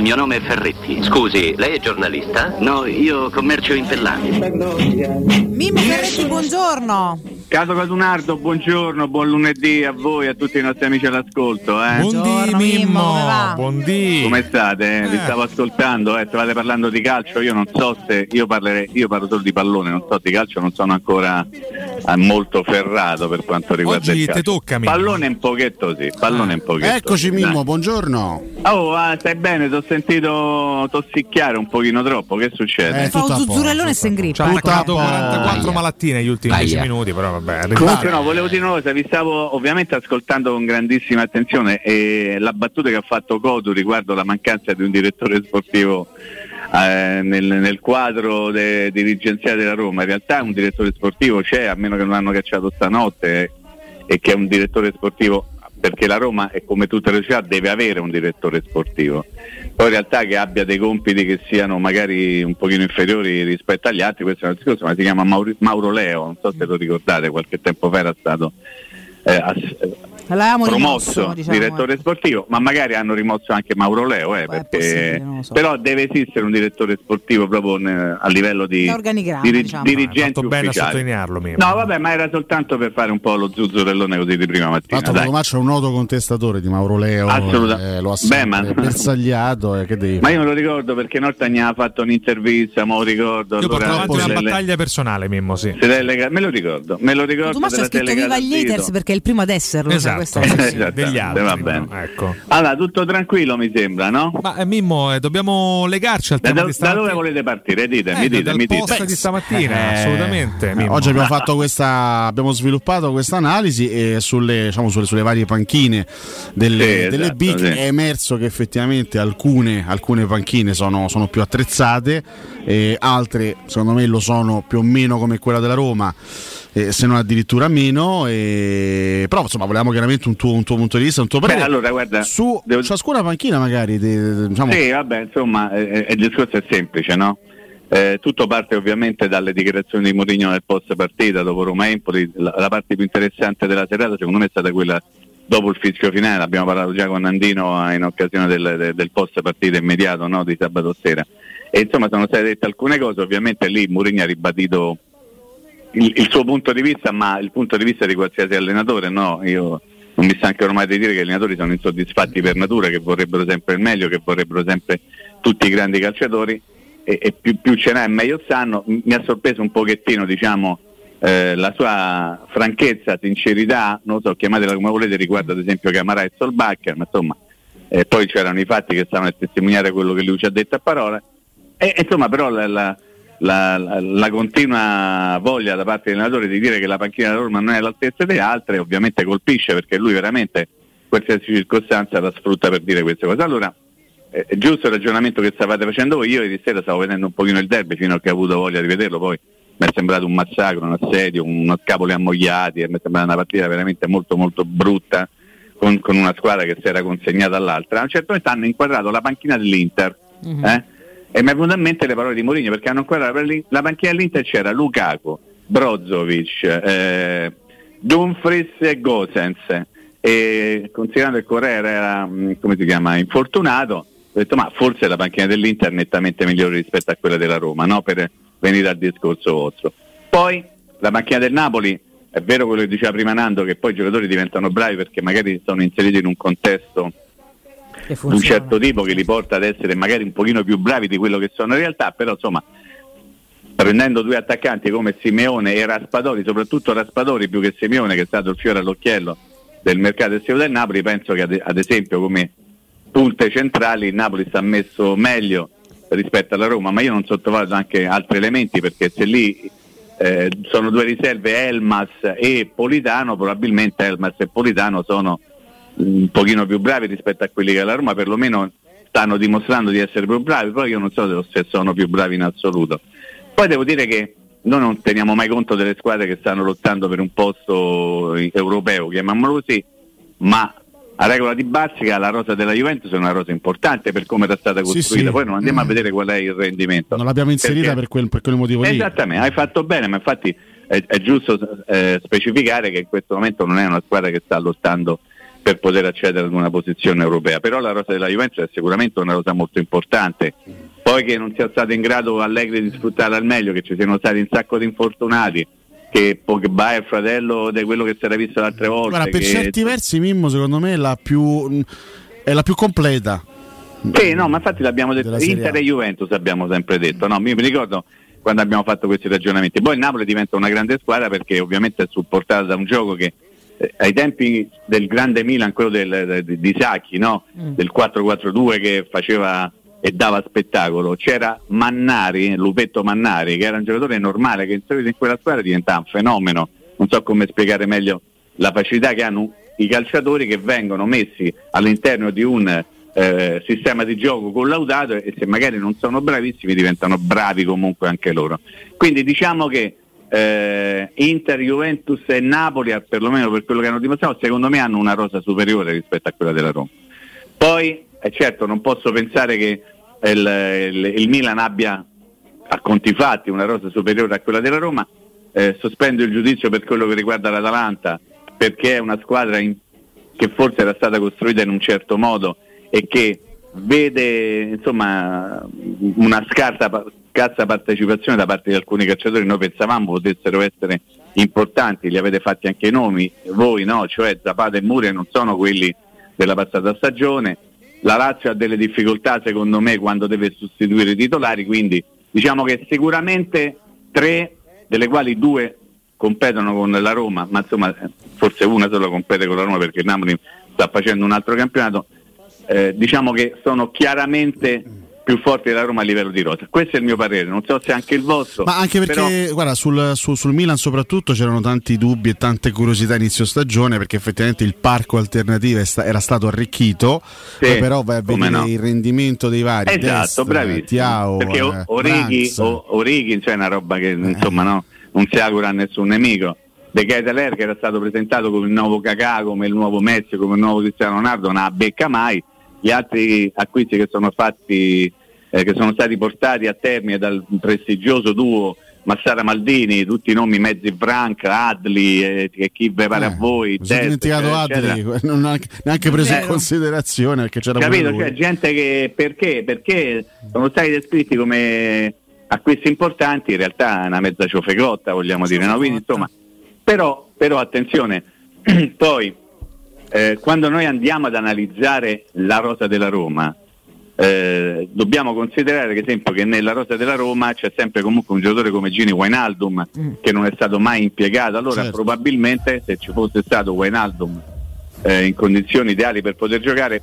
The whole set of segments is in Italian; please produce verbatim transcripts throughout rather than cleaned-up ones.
mio nome è Ferretti. Scusi, lei è giornalista? No, io commercio in pellanti. Mimmo Ferretti, buongiorno. Caso Catunardo, buongiorno, buon lunedì a voi, a tutti i nostri amici all'ascolto. Eh. Buondì Mimmo, come va? Buondì. Come state? Eh. Vi stavo ascoltando, eh, stavate parlando di calcio, io non so se, io parlerei, io parlo solo di pallone, non so di calcio, non sono ancora eh, molto ferrato per quanto riguarda Oggi il calcio. te tocca, Mimmo. Pallone un pochetto sì, pallone un pochetto. Eccoci sì, Mimmo, dai. buongiorno. Oh, ah, stai bene, ti ho sentito tossicchiare un pochino troppo, che succede? Eh, Fa un tutto a zuzzurellone e posto, se ingrippa. Ci ha attaccato Purtroppo- quarantaquattro Aia. malattie negli ultimi Aia. dieci minuti, però vabbè. Comunque no, volevo dire una cosa, vi stavo ovviamente ascoltando con grandissima attenzione e la battuta che ha fatto Cotu riguardo la mancanza di un direttore sportivo eh, nel, nel quadro de, dirigenziale della Roma. In realtà un direttore sportivo c'è, a meno che non l'hanno cacciato stanotte, eh, e che è un direttore sportivo, perché la Roma, è come tutte le società, deve avere un direttore sportivo. Poi in realtà che abbia dei compiti che siano magari un pochino inferiori rispetto agli altri, questo è un discorso, ma si chiama Mauri- Mauro Leo, non so se lo ricordate, qualche tempo fa era stato eh, ass- L'avevamo promosso rimosso, diciamo, direttore ecco. sportivo, ma magari hanno rimosso anche Mauro Leo, eh, Beh, è perché possibile, non lo so. però deve esistere un direttore sportivo proprio ne- a livello di Da organigramma, diri- diciamo. Hai dirigenti fatto bene a ufficiali. sottolinearlo, Mimmo. No, vabbè, ma era soltanto per fare un po' lo zuzzurellone così di prima mattina. Tra l'altro dai. Cotumaccio è un noto contestatore di Mauro Leo, Assolutamente. eh, lo ha Beh, sempre ma- bersagliato, eh, che devi Ma io me lo ricordo perché Norta mi ha fatto un'intervista, me lo ricordo. Io porto allora, avanti una se le- battaglia personale, Mimmo, sì. se le lega- me lo ricordo, me lo ricordo. Tommaso ha te la scritto Viva gli telecasino. haters perché è il primo ad esserlo. cioè, Esatto, questo è- sì, sì, Esattamente, degli altri. va bene. no, ecco. Allora, tutto tranquillo mi sembra, no? Ma eh, Mimmo, eh, dobbiamo legarci al Da, tema da- di da stamattina. dove volete partire? Ditemi, Eh, ditemi, dal ditemi. post di stamattina, Eh, assolutamente. eh, Mimmo. oggi abbiamo fatto questa, abbiamo sviluppato questa analisi e sulle, diciamo, sulle, sulle varie panchine delle, Sì, delle esatto, big sì. è emerso che effettivamente alcune, alcune panchine sono, sono più attrezzate, e altre secondo me lo sono più o meno come quella della Roma, eh, se non addirittura meno. E... però insomma volevamo chiaramente un tuo, un tuo punto di vista, un tuo Beh, parere allora, guarda, su devo- ciascuna panchina magari. de- diciamo, Sì, vabbè, insomma, eh, eh, il discorso è semplice, no? Eh, tutto parte ovviamente dalle dichiarazioni di Mourinho nel post partita dopo Roma-Empoli. La, la parte più interessante della serata secondo me è stata quella dopo il fischio finale, abbiamo parlato già con Nandino eh, in occasione del, del, del post partita immediato, no? Di sabato sera, e insomma sono state dette alcune cose. Ovviamente lì Mourinho ha ribadito il, il suo punto di vista, ma il punto di vista di qualsiasi allenatore, no? Io non mi stancherò mai di dire che gli allenatori sono insoddisfatti per natura, che vorrebbero sempre il meglio, che vorrebbero sempre tutti i grandi calciatori, e, e più, più ce n'è meglio stanno. M- mi ha sorpreso un pochettino, diciamo, eh, la sua franchezza, sincerità, non so, chiamatela come volete, riguardo ad esempio Camarà e Solbacher, ma insomma eh, poi c'erano i fatti che stavano a testimoniare quello che lui ci ha detto a parole, e insomma però la, la, la, la, la continua voglia da parte dell'allenatore di dire che la panchina della Roma non è all'altezza delle altre ovviamente colpisce, perché lui veramente qualsiasi circostanza la sfrutta per dire queste cose. Allora eh, è giusto il ragionamento che stavate facendo voi. Io ieri sera stavo vedendo un pochino il derby fino a che ho avuto voglia di vederlo, poi mi è sembrato un massacro, un assedio, uno scapoli ammogliati, e mi è sembrata una partita veramente molto molto brutta, con, con una squadra che si era consegnata all'altra. A un certo punto hanno inquadrato la panchina dell'Inter, Mhm. eh? E mi è venuto in mente le parole di Mourinho, perché hanno inquadrato la, la panchina dell'Inter, c'era Lukaku, Brozovic, eh, Dumfries e Gosens, e considerando che Correa era, mh, come si chiama, infortunato, ho detto ma forse la panchina dell'Inter è nettamente migliore rispetto a quella della Roma, no? Per venire al discorso vostro. Poi la panchina del Napoli, è vero quello che diceva prima Nando, che poi i giocatori diventano bravi perché magari sono inseriti in un contesto Che di un funziona. certo tipo che li porta ad essere magari un pochino più bravi di quello che sono in realtà, però insomma prendendo due attaccanti come Simeone e Raspadori, soprattutto Raspadori più che Simeone, che è stato il fiore all'occhiello del mercato estivo del Napoli, penso che ad, ad esempio come punte centrali il Napoli sta messo meglio rispetto alla Roma, ma io non sottovaluto anche altri elementi, perché se lì eh, sono due riserve, Elmas e Politano, probabilmente Elmas e Politano sono un pochino più bravi rispetto a quelli che la Roma perlomeno stanno dimostrando di essere più bravi, poi io non so se sono più bravi in assoluto. Poi devo dire che noi non teniamo mai conto delle squadre che stanno lottando per un posto europeo, chiamiamolo così, ma a regola di Bazzica la rosa della Juventus è una rosa importante per come era stata costruita. Sì, sì. Poi non andiamo a vedere qual è il rendimento. Non l'abbiamo inserita Perché- per quel, per quel motivo lì. Esattamente, hai fatto bene, ma infatti è, è giusto eh, specificare che in questo momento non è una squadra che sta lottando per poter accedere ad una posizione europea. Però la rosa della Juventus è sicuramente una rosa molto importante. Poi che non sia stato in grado Allegri di sfruttarla al meglio, che ci siano stati un sacco di infortunati, che Pogba è il fratello di quello che si era visto le altre volte. Guarda, per che... certi versi Mimmo secondo me è la più, è la più completa. Sì, no, ma infatti l'abbiamo detto, Inter e Juventus abbiamo sempre detto, no? Mi ricordo quando abbiamo fatto questi ragionamenti. Poi il Napoli diventa una grande squadra perché ovviamente è supportata da un gioco che eh, ai tempi del grande Milan, quello del, di, di Sacchi, no? Mm. del quattro quattro due che faceva e dava spettacolo, c'era Mannari, Lupetto Mannari, che era un giocatore normale, che in quella squadra diventava un fenomeno. Non so come spiegare meglio la facilità che hanno i calciatori che vengono messi all'interno di un eh, sistema di gioco collaudato, e se magari non sono bravissimi diventano bravi comunque anche loro. Quindi diciamo che eh, Inter, Juventus e Napoli, perlomeno per quello che hanno dimostrato, secondo me hanno una rosa superiore rispetto a quella della Roma. Poi è certo, non posso pensare che il, il, il Milan abbia a conti fatti una rosa superiore a quella della Roma. Eh, sospendo il giudizio per quello che riguarda l'Atalanta, perché è una squadra in, che forse era stata costruita in un certo modo e che vede insomma una scarsa, scarsa partecipazione da parte di alcuni calciatori. Noi pensavamo potessero essere importanti, li avete fatti anche i nomi voi, no? Cioè Zapata e Muriel non sono quelli della passata stagione. La Lazio ha delle difficoltà secondo me quando deve sostituire i titolari, quindi diciamo che sicuramente tre, delle quali due competono con la Roma, ma insomma forse una solo compete con la Roma perché il Napoli sta facendo un altro campionato, eh, diciamo che sono chiaramente più forti della Roma a livello di rosa. Questo è il mio parere, non so se anche il vostro. Ma anche perché però... guarda, sul, sul, sul Milan soprattutto c'erano tanti dubbi e tante curiosità a inizio stagione, perché effettivamente il parco alternativo era stato arricchito, sì, poi però vai a vedere no. il rendimento dei vari. Esatto, Dest, bravissimo. Tiao, perché eh, Orighi, o, Orighi c'è una roba che eh. insomma no, non si augura a nessun nemico. De Keteler, che era stato presentato come il nuovo Kakà, come il nuovo Messi, come il nuovo Cristiano Ronaldo, non ha becca mai. Gli altri acquisti che sono fatti, eh, che sono stati portati a termine dal prestigioso duo Massara Maldini, tutti i nomi mezzi Branca, Adli, eh, che chi ve pare eh, a voi. Mi sono dimenticato Adli, non ha neanche preso in considerazione perché c'era capito, c'è gente che perché? Perché sono stati descritti come acquisti importanti, in realtà è una mezza ciofecotta, vogliamo dire, no? Quindi insomma, però, però attenzione, poi eh, quando noi andiamo ad analizzare la rosa della Roma, eh, dobbiamo considerare ad esempio che nella rosa della Roma c'è sempre comunque un giocatore come Gini Wijnaldum mm. che non è stato mai impiegato. Allora certo. probabilmente se ci fosse stato Wijnaldum eh, in condizioni ideali per poter giocare,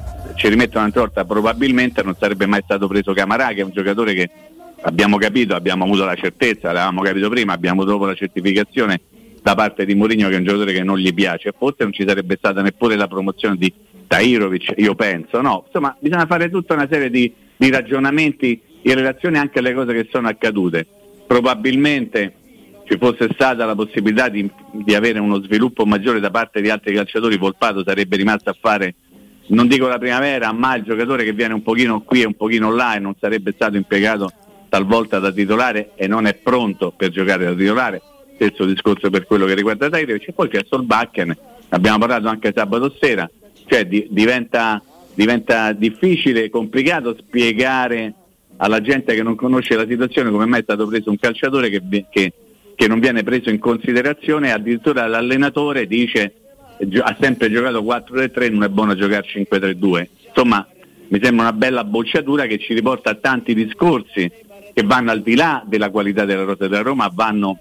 ci rimetto un'altra volta, probabilmente non sarebbe mai stato preso Camarà, che è un giocatore che abbiamo capito, abbiamo avuto la certezza, l'avevamo capito prima, abbiamo dopo la certificazione da parte di Mourinho che è un giocatore che non gli piace, forse non ci sarebbe stata neppure la promozione di Tahirovic, io penso, no, insomma bisogna fare tutta una serie di, di ragionamenti in relazione anche alle cose che sono accadute. Probabilmente ci fosse stata la possibilità di, di avere uno sviluppo maggiore da parte di altri calciatori, Volpato sarebbe rimasto a fare, non dico la primavera, ma il giocatore che viene un pochino qui e un pochino là e non sarebbe stato impiegato talvolta da titolare e non è pronto per giocare da titolare. Stesso discorso per quello che riguarda Tahirovic. E poi c'è Solbakken, abbiamo parlato anche sabato sera, cioè di, diventa, diventa difficile, complicato spiegare alla gente che non conosce la situazione come mai è stato preso un calciatore che, che, che non viene preso in considerazione, e addirittura l'allenatore dice ha sempre giocato quattro tre tre, non è buono giocare cinque tre due. Insomma, mi sembra una bella bocciatura che ci riporta a tanti discorsi che vanno al di là della qualità della rosa della Roma, vanno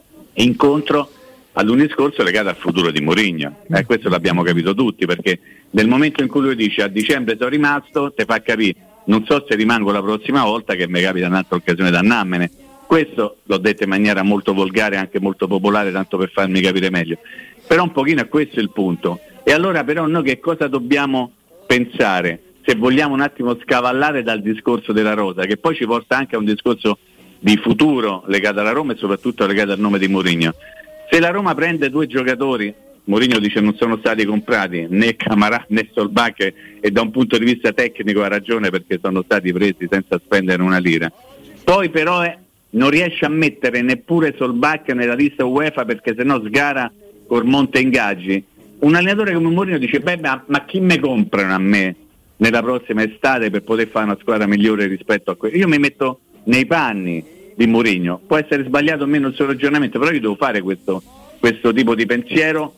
incontro ad un discorso legato al futuro di Mourinho. Eh, questo l'abbiamo capito tutti, perché nel momento in cui lui dice a dicembre sono rimasto, te fa capire non so se rimango la prossima volta, che mi capita un'altra occasione d'annammene. Questo l'ho detto in maniera molto volgare, anche molto popolare, tanto per farmi capire meglio, però un pochino è questo il punto. E allora però noi che cosa dobbiamo pensare se vogliamo un attimo scavallare dal discorso della rosa, che poi ci porta anche a un discorso di futuro legato alla Roma e soprattutto legato al nome di Mourinho. Se la Roma prende due giocatori, Mourinho dice non sono stati comprati né Camarà né Solbakken, e da un punto di vista tecnico ha ragione perché sono stati presi senza spendere una lira, poi però è, non riesce a mettere neppure Solbakken nella lista UEFA perché sennò sgara col monte ingaggi, un allenatore come Mourinho dice beh ma, ma chi me comprano a me nella prossima estate per poter fare una squadra migliore rispetto a quello? Io mi metto nei panni di Mourinho, può essere sbagliato o meno il suo ragionamento, però io devo fare questo, questo tipo di pensiero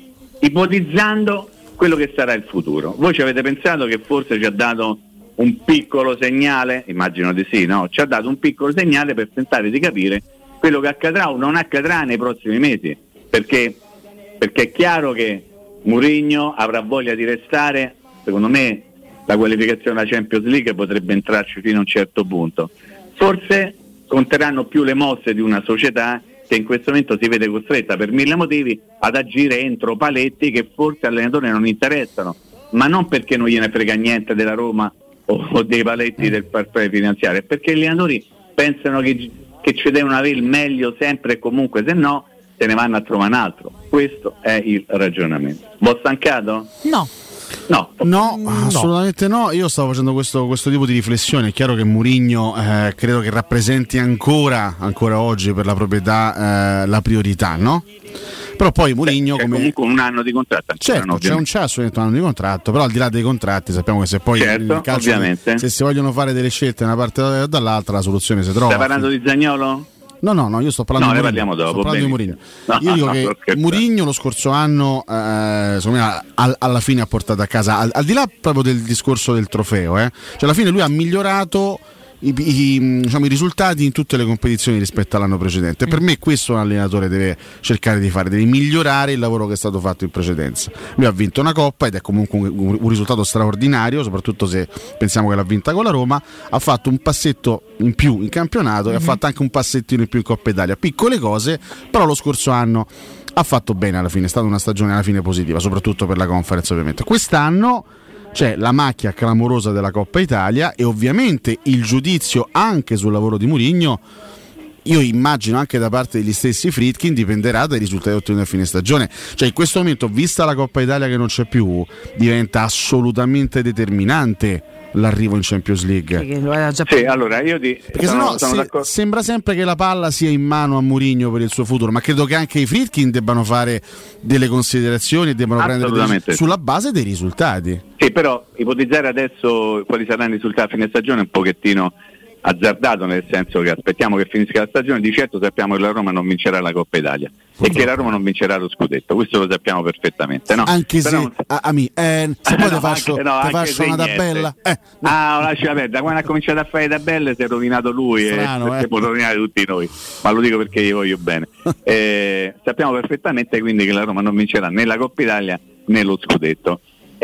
ipotizzando quello che sarà il futuro. Voi ci avete pensato che forse ci ha dato un piccolo segnale? Immagino di sì, no? Ci ha dato un piccolo segnale per tentare di capire quello che accadrà o non accadrà nei prossimi mesi, perché, perché è chiaro che Mourinho avrà voglia di restare. Secondo me la qualificazione alla Champions League potrebbe entrarci fino a un certo punto. Forse conteranno più le mosse di una società che in questo momento si vede costretta per mille motivi ad agire entro paletti che forse all'allenatore non interessano, ma non perché non gliene frega niente della Roma o, o dei paletti del fair play finanziario, è perché gli allenatori pensano che, che ci devono avere il meglio sempre e comunque, se no se ne vanno a trovare un altro. Questo è il ragionamento. V'ho stancato? No. No, no, assolutamente no. Io stavo facendo questo, questo tipo di riflessione. È chiaro che Mourinho eh, credo che rappresenti ancora, ancora oggi per la proprietà eh, la priorità, no? Però poi Mourinho come comunque un anno di contratto. Certo, c'è un cesso dentro un anno di contratto, però al di là dei contratti sappiamo che se poi certo, nel calcio, ovviamente. se si vogliono fare delle scelte da una parte o dall'altra la soluzione si trova. Stai parlando di Zaniolo? No, no, no, io sto parlando no, di Mourinho. Mourinho. Dopo, sto parlando di Mourinho. No, io dico no, che Mourinho lo scorso anno, eh, secondo me, all, alla fine ha portato a casa, al, al di là proprio del discorso del trofeo, eh, cioè alla fine lui ha migliorato I, i, diciamo, i risultati in tutte le competizioni rispetto all'anno precedente. Per me questo un allenatore deve cercare di fare, deve migliorare il lavoro che è stato fatto in precedenza. Lui ha vinto una coppa ed è comunque un, un risultato straordinario, soprattutto se pensiamo che l'ha vinta con la Roma. Ha fatto un passetto in più in campionato mm-hmm. e ha fatto anche un passettino in più in Coppa Italia, piccole cose, però lo scorso anno ha fatto bene alla fine, è stata una stagione alla fine positiva, soprattutto per la Conference ovviamente. Quest'anno c'è la macchia clamorosa della Coppa Italia e ovviamente il giudizio anche sul lavoro di Mourinho, io immagino anche da parte degli stessi Friedkin, dipenderà dai risultati ottenuti a fine stagione. Cioè in questo momento, vista la Coppa Italia che non c'è più, diventa assolutamente determinante l'arrivo in Champions League. Sì, allora io ti perché sono, sennò se, sembra sempre che la palla sia in mano a Mourinho per il suo futuro, ma credo che anche i Friedkin debbano fare delle considerazioni e debbano prendere dei, sulla base dei risultati. Sì, però ipotizzare adesso quali saranno i risultati a fine stagione è un pochettino azzardato, nel senso che aspettiamo che finisca la stagione. Di certo sappiamo che la Roma non vincerà la Coppa Italia e che la Roma non vincerà lo scudetto, questo lo sappiamo perfettamente, no? Anche però se non... a, a me, eh, se poi no, ti faccio, anche, no, te faccio una tabella eh, no. Ah, lascia perdere, quando ha cominciato a fare le tabelle si è rovinato lui Strano, e eh. può rovinare tutti noi, ma lo dico perché io voglio bene. eh, sappiamo perfettamente quindi che la Roma non vincerà né la Coppa Italia né lo scudetto.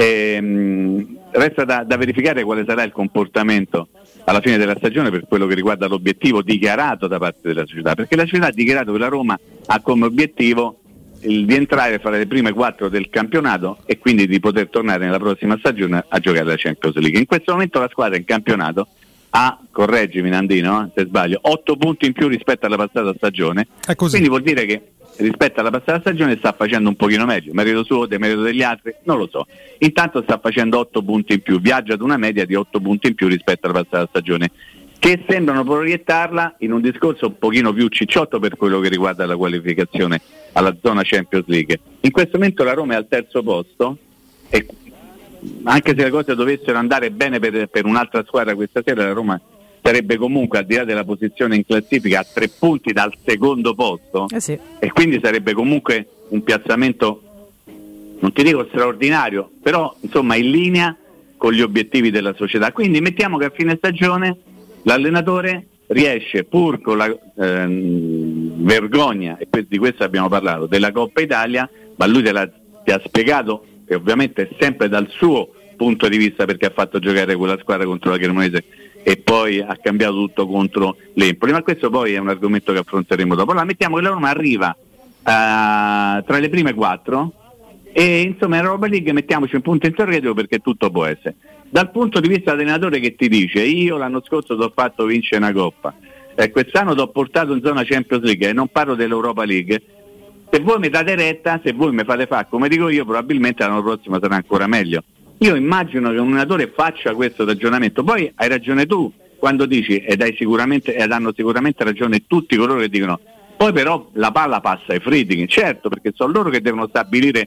Eh, resta da, da verificare quale sarà il comportamento alla fine della stagione per quello che riguarda l'obiettivo dichiarato da parte della società, perché la società ha dichiarato che la Roma ha come obiettivo il di entrare a fare le prime quattro del campionato e quindi di poter tornare nella prossima stagione a giocare la Champions League. In questo momento la squadra in campionato ha, correggimi Nandino eh, se sbaglio, otto punti in più rispetto alla passata stagione, quindi vuol dire che rispetto alla passata stagione sta facendo un pochino meglio, merito suo, demerito degli altri, non lo so. Intanto sta facendo otto punti in più, viaggia ad una media di otto punti in più rispetto alla passata stagione, che sembrano proiettarla in un discorso un pochino più cicciotto per quello che riguarda la qualificazione alla zona Champions League. In questo momento la Roma è al terzo posto e anche se le cose dovessero andare bene per, per un'altra squadra questa sera, la Roma sarebbe comunque, al di là della posizione in classifica, a tre punti dal secondo posto eh sì. e quindi sarebbe comunque un piazzamento, non ti dico straordinario, però insomma in linea con gli obiettivi della società. Quindi mettiamo che a fine stagione l'allenatore riesce, pur con la ehm, vergogna, e di questo abbiamo parlato, della Coppa Italia, ma lui te, la, ti ha spiegato, e ovviamente sempre dal suo punto di vista, perché ha fatto giocare quella squadra contro la Cremonese e poi ha cambiato tutto contro l'Empoli, ma questo poi è un argomento che affronteremo dopo. Allora mettiamo che la Roma arriva uh, tra le prime quattro e insomma in Europa League mettiamoci un punto interrogativo, perché tutto può essere. Dal punto di vista dell'allenatore che ti dice io l'anno scorso ti ho fatto vincere una Coppa e quest'anno ti ho portato in zona Champions League e non parlo dell'Europa League, se voi mi date retta, se voi mi fate fare come dico io, probabilmente l'anno prossimo sarà ancora meglio. Io immagino che un allenatore faccia questo ragionamento. Poi hai ragione tu quando dici, ed hai sicuramente ed hanno sicuramente ragione tutti coloro che dicono poi però la palla passa ai Friedkin, certo, perché sono loro che devono stabilire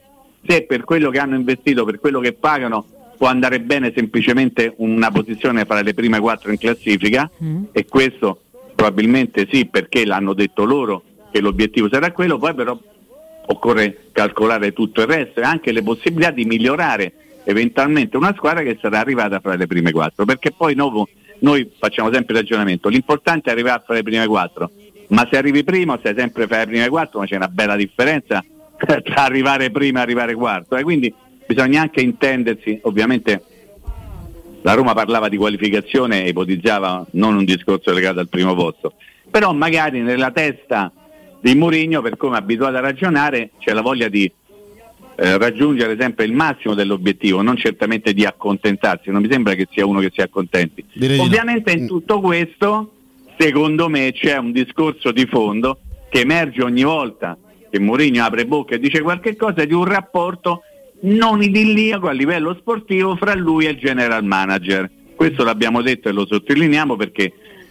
se per quello che hanno investito, per quello che pagano, può andare bene semplicemente una posizione fra le prime quattro in classifica, mm. e questo probabilmente sì, perché l'hanno detto loro che l'obiettivo sarà quello. Poi però occorre calcolare tutto il resto e anche le possibilità di migliorare eventualmente una squadra che sarà arrivata fra le prime quattro, perché poi noi, noi facciamo sempre il ragionamento, l'importante è arrivare fra le prime quattro, ma se arrivi primo sei sempre fra le prime quattro, ma c'è una bella differenza tra arrivare prima e arrivare quarto, e quindi bisogna anche intendersi. Ovviamente la Roma parlava di qualificazione e ipotizzava non un discorso legato al primo posto, però magari nella testa di Mourinho, per come è abituato a ragionare, c'è la voglia di eh, raggiungere sempre il massimo dell'obiettivo, non certamente di accontentarsi. Non mi sembra che sia uno che si accontenti. Direi Ovviamente in tutto questo, secondo me, c'è un discorso di fondo che emerge ogni volta che Mourinho apre bocca e dice qualche cosa, di un rapporto non idilliaco a livello sportivo fra lui e il general manager. Questo l'abbiamo detto e lo sottolineiamo perché,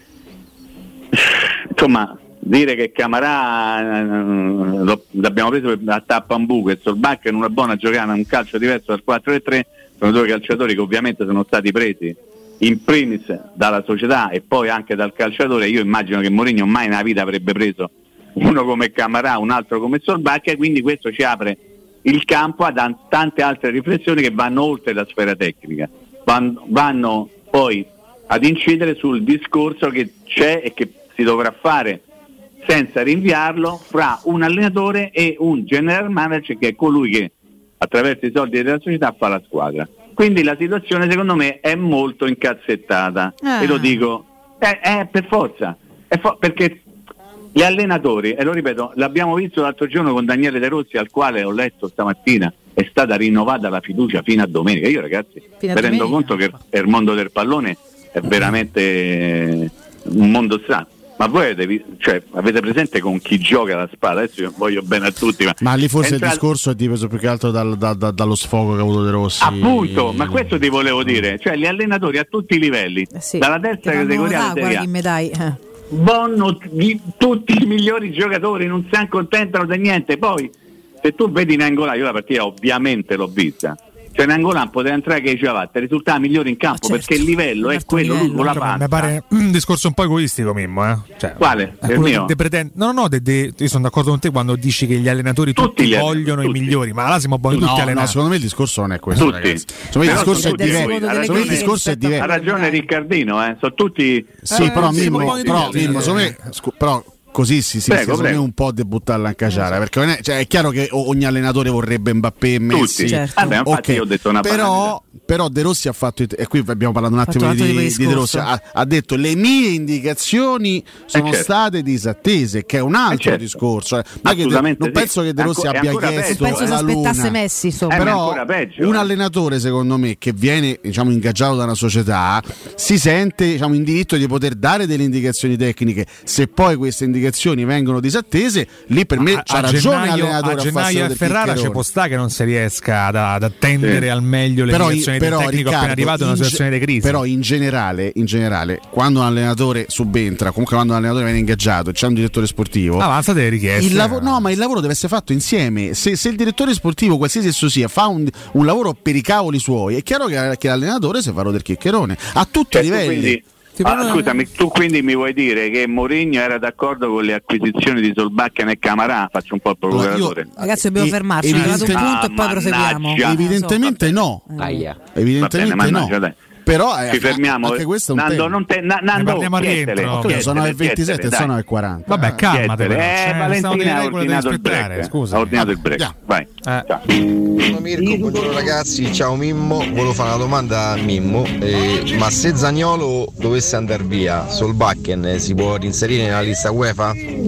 insomma, dire che Camarà eh, lo, l'abbiamo preso a tappa un buco e Solbakken in una buona giocata, un calcio diverso dal quattro e tre, sono due calciatori che ovviamente sono stati presi in primis dalla società e poi anche dal calciatore. Io immagino che Mourinho mai nella vita avrebbe preso uno come Camarà, un altro come Solbakken, quindi questo ci apre il campo a tante altre riflessioni che vanno oltre la sfera tecnica, vanno, vanno poi ad incidere sul discorso che c'è e che si dovrà fare senza rinviarlo fra un allenatore e un general manager, che è colui che attraverso i soldi della società fa la squadra. Quindi la situazione secondo me è molto incazzettata, ah. e lo dico è, è per forza, è fo- perché gli allenatori, e lo ripeto, l'abbiamo visto l'altro giorno con Daniele De Rossi, al quale ho letto stamattina è stata rinnovata la fiducia fino a domenica. Io ragazzi mi rendo conto che il mondo del pallone è veramente un mondo strano. Ma voi avete, cioè, avete presente con chi gioca la spada? Adesso io voglio bene a tutti, ma, ma lì forse entra... il discorso è dipeso più che altro dal, da, da, dallo sfogo che ha avuto De Rossi. Appunto, ma questo ti volevo dire, cioè gli allenatori a tutti i livelli, eh sì, dalla terza categoria alla Serie A, eh. vanno tutti i migliori giocatori, non si accontentano di niente. Poi se tu vedi Nainggolan, io la partita ovviamente l'ho vista, cioè Nainggolan poteva entrare che diceva risultava migliore in campo, certo, perché il livello è quello, lui con la panza. Mi pare un discorso un po' egoistico, Mimmo, eh? Cioè, quale? Il mio? De pretend- no, no, no, de- de- io sono d'accordo con te quando dici che gli allenatori tutti, tutti vogliono tutti. i migliori, ma là siamo buoni tutti no, allenatori. No, secondo me il discorso non è questo, tutti. ragazzi. Secondo me il discorso è diverso. Secondo me il discorso è diverso. Ha ragione Riccardino, eh? Sono tutti. Sì, eh, però Mimmo, però, tutti. Mimmo, secondo me, scu- però così si, si prego, rischia secondo me un po' di buttarla in caciara, perché non è, cioè, è chiaro che ogni allenatore vorrebbe Mbappé e Messi, certo. Vabbè, infatti okay. io ho detto una però, però De Rossi ha fatto, e qui abbiamo parlato un attimo di, di, di De Rossi, ha, ha detto le mie indicazioni sono certo. state disattese, che è un altro certo. discorso, eh. Ma che de, non sì. penso che De Rossi Anco, abbia chiesto penso la aspettasse Messi, insomma. Eh, però peggio, un eh. allenatore secondo me che viene, diciamo, ingaggiato da una società si sente, diciamo, in diritto di poter dare delle indicazioni tecniche. Se poi queste indicazioni vengono disattese, lì per me c'ha ragione l'allenatore. A gennaio a Ferrara ci può sta che non si riesca ad, ad attendere sì. al meglio le però, indicazioni però, del tecnico Riccardo, appena arrivato in una situazione ge- di crisi. Però in generale, in generale, quando un allenatore subentra, comunque quando un allenatore viene ingaggiato e c'è un direttore sportivo, avanza delle richieste. Il lav- no, ma il lavoro deve essere fatto insieme. Se, se il direttore sportivo, qualsiasi esso sia, fa un, un lavoro per i cavoli suoi, è chiaro che, che l'allenatore si fa del chiccherone a tutti i livelli. Quindi... Ah, scusami, tu quindi mi vuoi dire che Mourinho era d'accordo con le acquisizioni di Solbakken e Camarà? Faccio un po' il procuratore. Allora, ragazzi, dobbiamo e, fermarci, è arrivato un punto ah, e poi proseguiamo. Evidentemente no. Aia. Evidentemente bene, no. Dai. Però ci fermiamo. Anche questo è un Nando, non te, na, Nando, parliamo a rientro. Okay, sono le ventisette e sono le quaranta. Vabbè, calmate. Eh, Valentina ha ordinato il break. Scusa. Ha ordinato il break. Yeah. Vai. Eh. Ciao. Buongiorno Mirko, buongiorno ragazzi. Ciao Mimmo. Volevo fare una domanda a Mimmo. Eh, ma se Zaniolo dovesse andare via, Solbakken si può reinserire nella lista UEFA?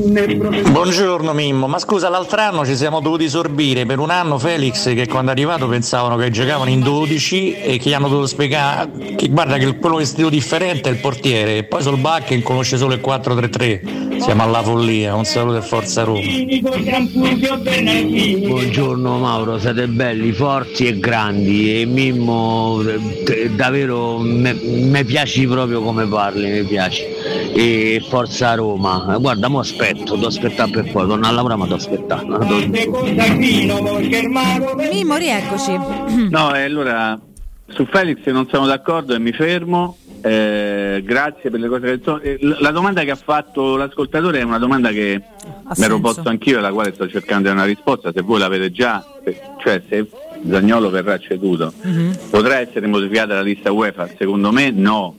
Buongiorno Mimmo. Ma scusa, l'altro anno ci siamo dovuti sorbire per un anno Felix, che quando è arrivato pensavano che giocavano in dodici e che gli hanno dovuto spiegare che guarda che quello vestito differente è il portiere, e poi Solbakken conosce solo il quattro tre tre. Siamo alla follia. Un saluto e forza Roma. Buongiorno Mauro, siete belli, forti e grandi, e Mimmo davvero mi piaci proprio come parli, mi piaci. e Forza Roma. Guarda, mo aspetto, devo aspettare per poi, torno a lavorare ma devo aspettare. Mimmo, rieccoci. No, e allora su Felix non sono d'accordo e mi fermo. Eh, grazie per le cose che sono. Eh, la domanda che ha fatto l'ascoltatore è una domanda che mi ero posto anch'io e alla quale sto cercando di dare una risposta. Se voi l'avete già, cioè se Zaniolo verrà ceduto, mm-hmm. potrà essere modificata la lista UEFA? Secondo me no.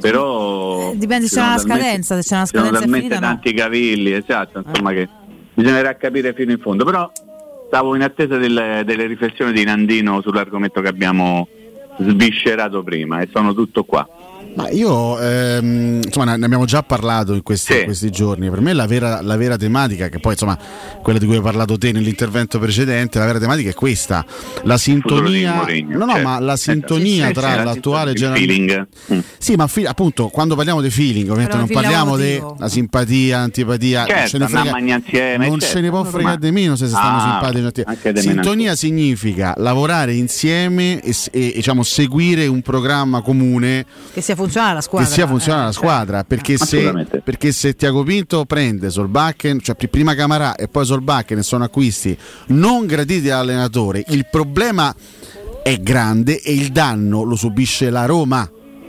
Però eh, dipende se c'è una scadenza, se c'è una scadenza sono talmente finita, tanti no? cavilli, esatto, insomma, eh. che bisognerà capire fino in fondo. Però stavo in attesa delle, delle riflessioni di Nandino sull'argomento che abbiamo sviscerato prima e sono tutto qua. Ma io ehm, insomma ne abbiamo già parlato in questi, sì. in questi giorni. Per me la vera, la vera tematica, che poi insomma quella di cui hai parlato te nell'intervento precedente, la vera tematica è questa: la sintonia, Mourinho, no no certo. ma la sintonia sì, tra sì, l'attuale generale mm. sì, ma fi- appunto quando parliamo di feeling, ovviamente non parliamo della simpatia, antipatia, certo, non ce ne frega, insieme, non certo, ce ne può fregare di meno se stanno ah, simpatici. Sintonia significa lavorare insieme e, e diciamo seguire un programma comune che sia funzionale la squadra, che sia funzionale eh, la squadra cioè. perché, se, perché se Tiago Pinto prende Solbakken, cioè prima Camarà e poi Solbakken, e sono acquisti non graditi dall'allenatore, il problema è grande e il danno lo subisce la Roma.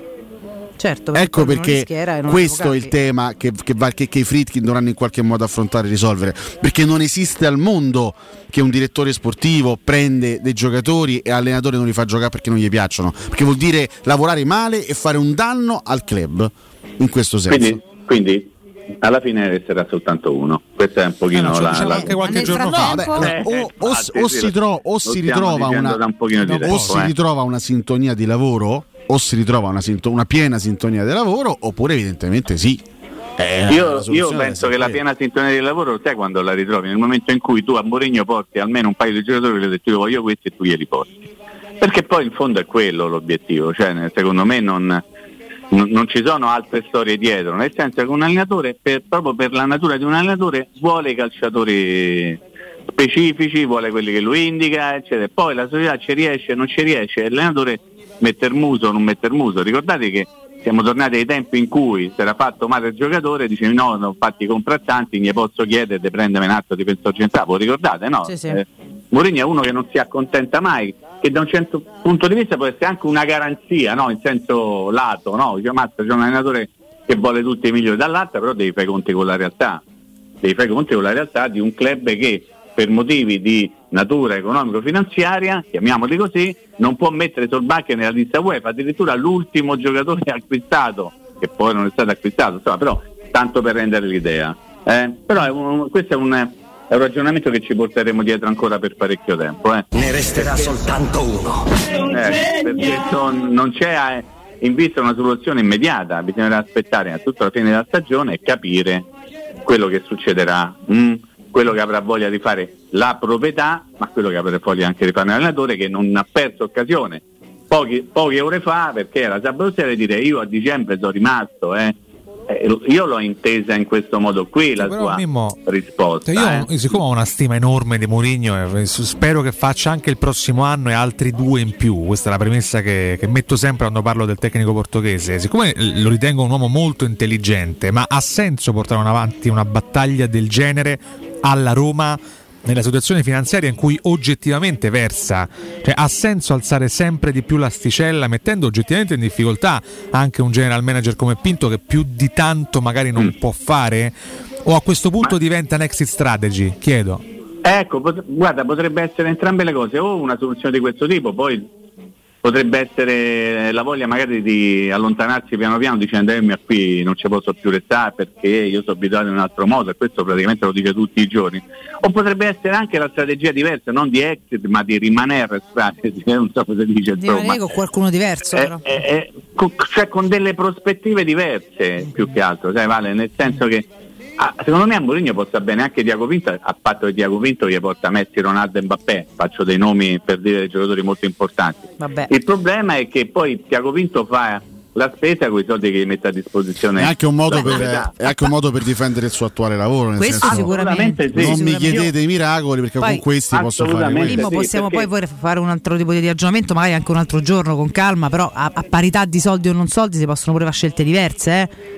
Certo, ecco perché questo è il tema che, che, che, che i Friedkin dovranno in qualche modo affrontare e risolvere, perché non esiste al mondo che un direttore sportivo prende dei giocatori e allenatore non li fa giocare perché non gli piacciono, perché vuol dire lavorare male e fare un danno al club in questo senso. Quindi, quindi alla fine resterà soltanto uno. Questa è un pochino eh, la, diciamo la... anche qualche giorno fa. Beh, eh, o, o, o, si, tro- o si ritrova una un o tempo, si eh. ritrova una sintonia di lavoro, o si ritrova una, sinto- una piena sintonia di lavoro, oppure evidentemente sì. Eh, io, io penso che la piena sintonia di lavoro, sai quando la ritrovi? Nel momento in cui tu a Mourinho porti almeno un paio di giocatori che hai detto io voglio questi e tu glieli porti, perché poi in fondo è quello l'obiettivo, cioè secondo me non, non, non ci sono altre storie dietro, nel senso che un allenatore per, proprio per la natura di un allenatore vuole i calciatori specifici, vuole quelli che lui indica, eccetera. Poi la società ci riesce, non ci riesce, l'allenatore metter muso o non metter muso. Ricordate che siamo tornati ai tempi in cui si era fatto male il giocatore, dicevi no, non ho fatti i contrattanti, ne posso chiedere di prendermi un altro difensore centrale, lo ricordate, no? Sì, sì. Eh, Mourinho è uno che non si accontenta mai, che da un certo punto di vista può essere anche una garanzia, no? In senso lato, no? Dice mazza, c'è un allenatore che vuole tutti i migliori, dall'altra però devi fare i conti con la realtà, devi fare i conti con la realtà di un club che per motivi di natura economico-finanziaria, chiamiamoli così, non può mettere Solbakken nella lista UEFA, addirittura l'ultimo giocatore acquistato, che poi non è stato acquistato, insomma, però tanto per rendere l'idea. Eh? Però è un, questo è un, è un ragionamento che ci porteremo dietro ancora per parecchio tempo. Eh? Ne resterà soltanto uno. Eh, perché son, non c'è eh, in vista una soluzione immediata, bisognerà aspettare a tutta la fine della stagione e capire quello che succederà. Mm? Quello che avrà voglia di fare la proprietà, ma quello che avrà voglia anche di fare l'allenatore, che non ha perso occasione pochi, poche ore fa, perché era sabato sera, di dire io a dicembre sono rimasto, eh. Eh, io l'ho intesa in questo modo qui, sì, la sua Mimmo, risposta. Io eh. siccome ho una stima enorme di Mourinho, eh, spero che faccia anche il prossimo anno e altri due in più. Questa è la premessa che, che metto sempre quando parlo del tecnico portoghese. Siccome lo ritengo un uomo molto intelligente, ma ha senso portare avanti una battaglia del genere alla Roma nella situazione finanziaria in cui oggettivamente versa? Cioè, ha senso alzare sempre di più l'asticella, mettendo oggettivamente in difficoltà anche un general manager come Pinto, che più di tanto magari non mm. può fare? O a questo punto Ma... diventa un exit strategy? Chiedo. Ecco, pot- guarda, potrebbe essere entrambe le cose, o una soluzione di questo tipo, poi potrebbe essere la voglia magari di allontanarsi piano piano dicendo eh, qui non ci posso più restare perché io sono abituato in un altro modo, e questo praticamente lo dice tutti i giorni. O potrebbe essere anche la strategia diversa, non di exit ma di rimanere strategy, non so cosa dice, di rimanere con qualcuno diverso, eh, eh, eh, con, cioè con delle prospettive diverse più che altro, sai, Vale, nel senso che ah, secondo me a Mourinho possa bene anche Tiago Pinto, a patto che Tiago Pinto gli porta Messi, Ronaldo e Mbappé, faccio dei nomi per dire dei giocatori molto importanti. Vabbè. Il problema è che poi Tiago Pinto fa la spesa con i soldi che gli mette a disposizione. È anche un modo, per, è anche un modo per difendere il suo attuale lavoro, nel questo senso, sicuramente non sì. mi chiedete i miracoli perché poi, con questi posso fare questo. Sì, possiamo perché... poi fare un altro tipo di ragionamento, magari anche un altro giorno con calma, però a, a parità di soldi o non soldi si possono pure fare scelte diverse, eh?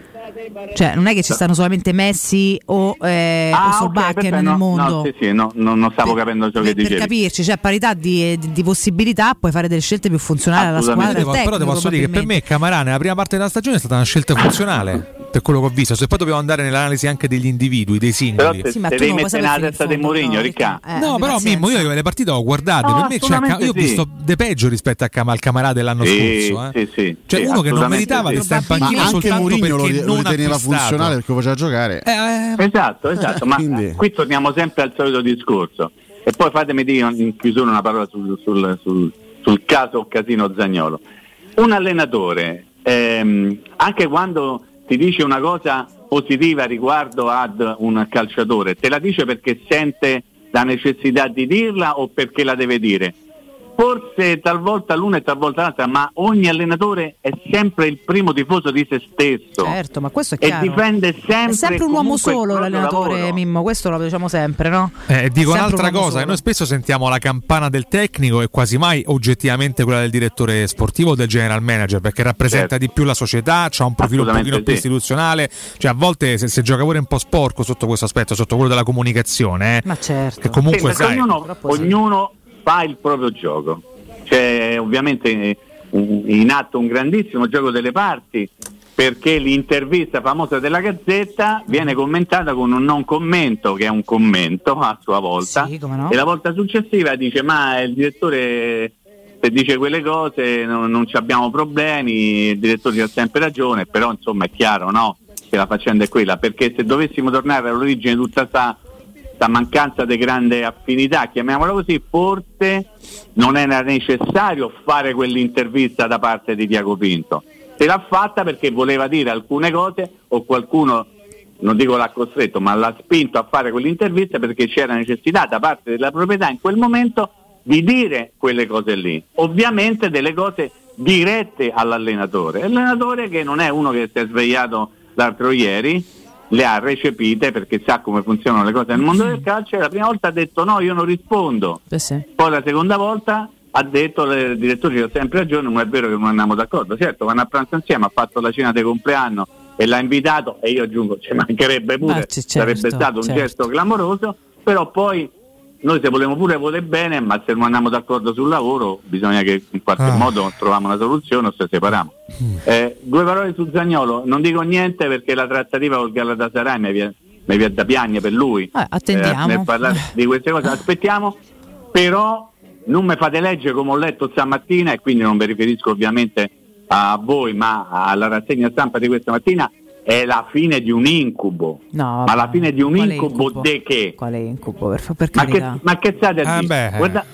Cioè, non è che ci stanno solamente Messi o, eh, ah, o Solbakken okay, nel no, mondo. No, sì, sì, no, no, non stavo per, capendo ciò per, che dicevi. Per capirci, cioè parità di, di, di possibilità, puoi fare delle scelte più funzionali alla squadra. Devo, tecnico, però ti posso dire che per me Camarà nella prima parte della stagione è stata una scelta funzionale. Per quello che ho visto, se poi dobbiamo andare nell'analisi anche degli individui, dei singoli. Però te, sì, te devi mettere nella testa di Mourinho, Ricca. Eh, no, però Mimmo, io le partite ho guardate, no, per me c'è, io ho visto sì. de peggio rispetto a Cam- al Camarà dell'anno sì, scorso. Eh. Sì, sì, cioè sì, uno che non meritava sì. di stare in panchina ma anche soltanto Mourinho perché lo, non lo riteneva acquistato. funzionale perché lo faceva giocare. Eh, eh. Esatto, esatto, ma Quindi... qui torniamo sempre al solito discorso. E poi fatemi dire in chiusura una parola sul, sul, sul, sul caso Casino Zaniolo. Un allenatore, ehm, anche quando ti dice una cosa positiva riguardo ad un calciatore, te la dice perché sente la necessità di dirla o perché la deve dire? Forse talvolta l'una e talvolta l'altra, ma ogni allenatore è sempre il primo tifoso di se stesso. Certo, ma questo è e chiaro. difende sempre. È sempre un uomo solo l'allenatore, lavoro. Mimmo, questo lo diciamo sempre, no? Eh, dico sempre un'altra un cosa, che noi spesso sentiamo la campana del tecnico e quasi mai oggettivamente quella del direttore sportivo o del general manager, perché rappresenta certo. di più la società, c'ha un profilo un pochino sì. più istituzionale, cioè a volte se, se gioca pure un po' sporco sotto questo aspetto, sotto quello della comunicazione, eh, ma certo. che comunque sì, sai, ognuno, ognuno fa il proprio gioco. C'è ovviamente in atto un grandissimo gioco delle parti, perché l'intervista famosa della Gazzetta viene commentata con un non commento che è un commento a sua volta, sì, come no? E la volta successiva dice ma il direttore se dice quelle cose non, non ci abbiamo problemi, il direttore ha sempre ragione, però insomma è chiaro, no? Che la faccenda è quella, perché se dovessimo tornare all'origine di tutta sta questa mancanza di grande affinità, chiamiamola così, forse non era necessario fare quell'intervista da parte di Tiago Pinto. Se l'ha fatta perché voleva dire alcune cose o qualcuno, non dico l'ha costretto, ma l'ha spinto a fare quell'intervista perché c'era necessità da parte della proprietà in quel momento di dire quelle cose lì. Ovviamente delle cose dirette all'allenatore. L'allenatore che non è uno che si è svegliato l'altro ieri, le ha recepite perché sa come funzionano le cose nel mondo del calcio, e la prima volta ha detto no, io non rispondo, sì, sì. Poi la seconda volta ha detto il direttore ha sempre ragione, non è vero che non andiamo d'accordo, certo vanno a pranzo insieme, ha fatto la cena di compleanno e l'ha invitato, e io aggiungo ci mancherebbe pure, ah, certo, sarebbe stato un certo. gesto clamoroso, però poi noi se volevamo pure voler bene, ma se non andiamo d'accordo sul lavoro bisogna che in qualche ah. modo troviamo una soluzione o se separiamo. Mm. Eh, due parole su Zaniolo, non dico niente perché la trattativa col Galatasaray mi viene, mi viene da piagne per lui, eh, attendiamo. Eh, nel parlare di queste cose aspettiamo, però non mi fate leggere come ho letto stamattina, e quindi non mi riferisco ovviamente a voi ma alla rassegna stampa di questa mattina, è la fine di un incubo. No, ma la fine di un incubo, incubo? de che? Quale incubo? Per, per ma, che, ma che state a dire? Ah, Guarda...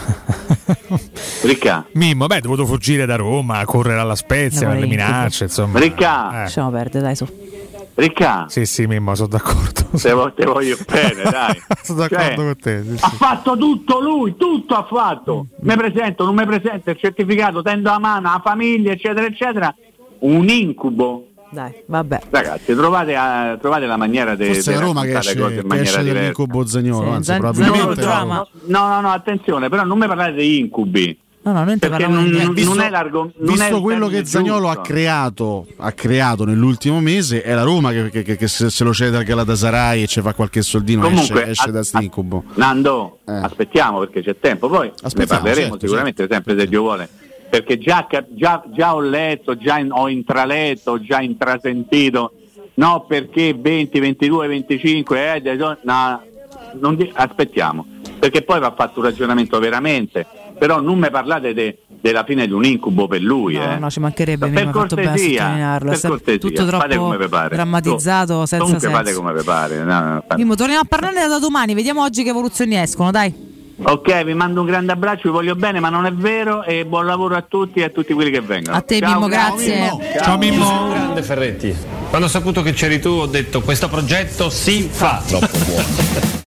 Ricca. Mimmo, beh, ho dovuto fuggire da Roma, correre alla Spezia, per le minacce, insomma. Ricca. Eh. Lasciamo perdere, dai, su. Ricca. Sì, sì, Mimmo, sono d'accordo. Te, vo- te voglio bene, dai. Sono d'accordo cioè, con te. Sì, ha sì. fatto tutto lui, tutto ha fatto. Mm. Mi presento, non mi presento, il certificato, tendo la mano, la famiglia, eccetera, eccetera. Un incubo. Dai, vabbè. Ragazzi, trovate, uh, trovate la maniera di forse è Roma che esce, cose in che maniera esce diversa. dall'incubo Zaniolo, sì, anzi Zan- probabilmente Zaniolo, no, no, no, attenzione, però non mi parlate di incubi. No, no, noi perché non, non, visto, non è l'argomento. Visto quello che Zaniolo ha creato, ha creato nell'ultimo mese, è la Roma che, che, che, che se, se lo cede al Galatasaray e ci fa qualche soldino. Comunque, esce, esce a, da sto incubo. Nando, eh. aspettiamo perché c'è tempo, poi ne parleremo certo, sicuramente certo. sempre se Dio vuole. Perché già, già, già ho letto, già in, ho intraletto, già intrasentito, no perché venti, ventidue, venticinque, eh, no, non di, aspettiamo, perché poi va fatto un ragionamento veramente, però non mi parlate de, della fine di un incubo per lui. No, eh. no, ci mancherebbe, per mi ha fatto bene a sottolinearlo, per cortesia, tutto troppo drammatizzato, senza comunque senso. fate come vi pare. No, no, fate. Mimmo, torniamo a parlarne da domani, vediamo oggi che evoluzioni escono, dai. Ok, vi mando un grande abbraccio, vi voglio bene, ma non è vero, e buon lavoro a tutti e a tutti quelli che vengono. A te, ciao, Mimmo, grazie. Mimmo. Ciao, ciao Mimmo. Grande Ferretti. Quando ho saputo che c'eri tu ho detto questo progetto si fa. Troppo buono.